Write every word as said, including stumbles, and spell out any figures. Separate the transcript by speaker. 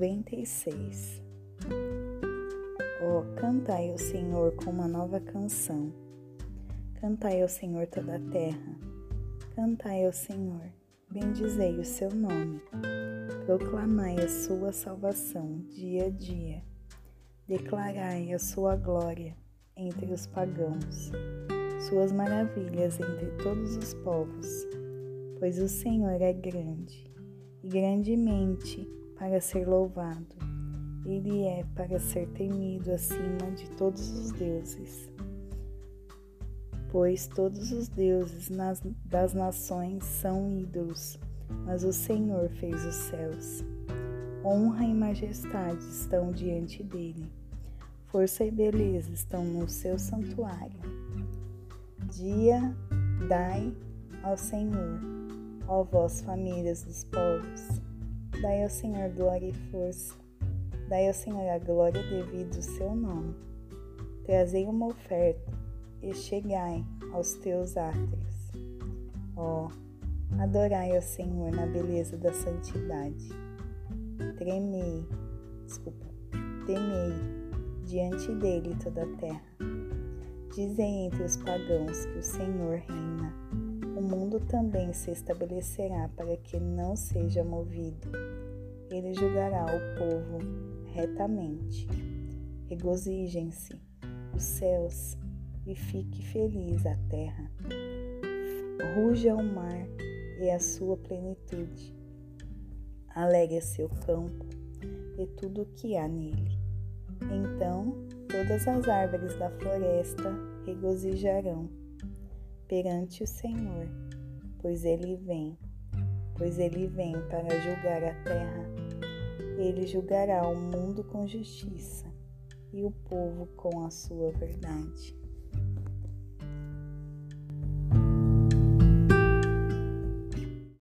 Speaker 1: noventa e seis. Ó, cantai ao Senhor com uma nova canção. Cantai ao Senhor toda a terra. Cantai ao Senhor, bendizei o seu nome. Proclamai a sua salvação dia a dia. Declarai a sua glória entre os pagãos, suas maravilhas entre todos os povos. Pois o Senhor é grande, e grandemente para ser louvado. Ele é para ser temido acima de todos os deuses. Pois todos os deuses nas, das nações são ídolos, mas o Senhor fez os céus. Honra e majestade estão diante dele. Força e beleza estão no seu santuário. Dia dai ao Senhor, ó vós famílias dos povos. Dai ao Senhor glória e força. Dai ao Senhor a glória devida ao seu nome. Trazei uma oferta e chegai aos teus átrios. Ó, adorai ao Senhor na beleza da santidade. Tremei, desculpa, temei diante dele toda a terra. Dizei entre os pagãos que o Senhor reina. O mundo também se estabelecerá para que não seja movido. Ele julgará o povo retamente. Regozijem-se os céus e fique feliz a terra. Ruja o mar e a sua plenitude. Alegre seu campo e tudo o que há nele. Então todas as árvores da floresta regozijarão perante o Senhor, pois ele vem, pois ele vem para julgar a terra. Ele julgará o mundo com justiça e o povo com a sua verdade.